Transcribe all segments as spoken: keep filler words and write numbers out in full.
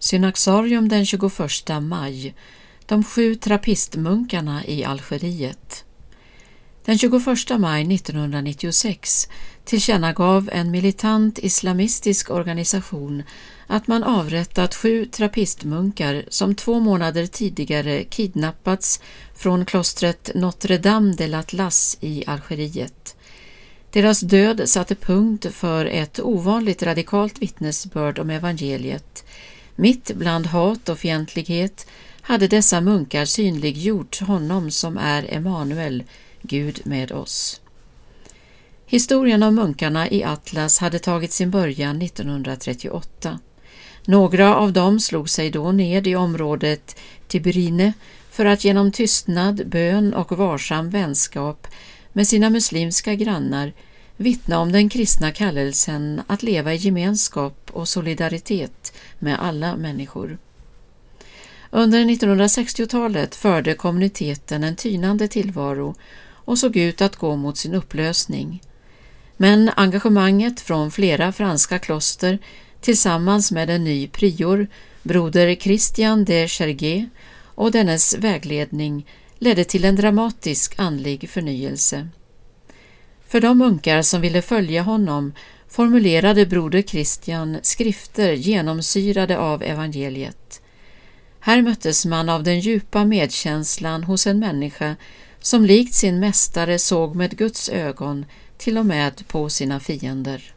Synaxarium den tjugoförsta maj. De sju trappistmunkarna i Algeriet. Den tjugoförsta maj nittonhundranittiosex tillkännagav en militant islamistisk organisation att man avrättat sju trappistmunkar som två månader tidigare kidnappats från klostret Notre Dame de l'Atlas i Algeriet. Deras död satte punkt för ett ovanligt radikalt vittnesbörd om evangeliet. Mitt bland hat och fientlighet hade dessa munkar synliggjort honom som är Emanuel, Gud med oss. Historien om munkarna i Atlas hade tagit sin början nittonhundratrettioåtta. Några av dem slog sig då ned i området Tiberine för att genom tystnad, bön och varsam vänskap med sina muslimska grannar vittna om den kristna kallelsen att leva i gemenskap och solidaritet med alla människor. Under nittonhundrasextiotalet förde kommuniteten en tynande tillvaro och såg ut att gå mot sin upplösning. Men engagemanget från flera franska kloster tillsammans med en ny prior, broder Christian de Cherguet, och dennes vägledning ledde till en dramatisk andlig förnyelse. För de munkar som ville följa honom formulerade broder Christian skrifter genomsyrade av evangeliet. Här möttes man av den djupa medkänslan hos en människa som likt sin mästare såg med Guds ögon till och med på sina fiender.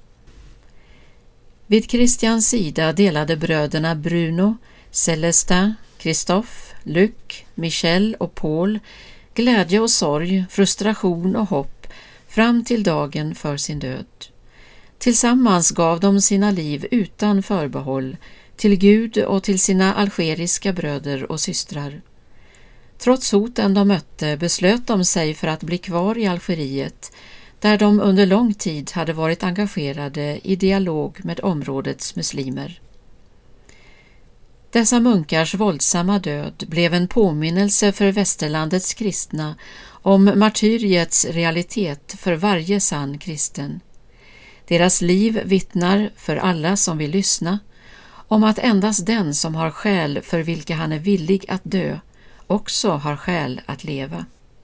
Vid Christians sida delade bröderna Bruno, Celestin, Christophe, Luc, Michel och Paul glädje och sorg, frustration och hopp fram till dagen för sin död. Tillsammans gav de sina liv utan förbehåll till Gud och till sina algeriska bröder och systrar. Trots hoten de mötte beslöt de sig för att bli kvar i Algeriet, där de under lång tid hade varit engagerade i dialog med områdets muslimer. Dessa munkars våldsamma död blev en påminnelse för västerlandets kristna om martyriets realitet för varje sann kristen. Deras liv vittnar för alla som vill lyssna om att endast den som har skäl för vilka han är villig att dö också har skäl att leva.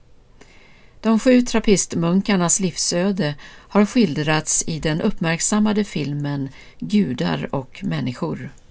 De sju trappistmunkarnas livsöde har skildrats i den uppmärksammade filmen Gudar och människor.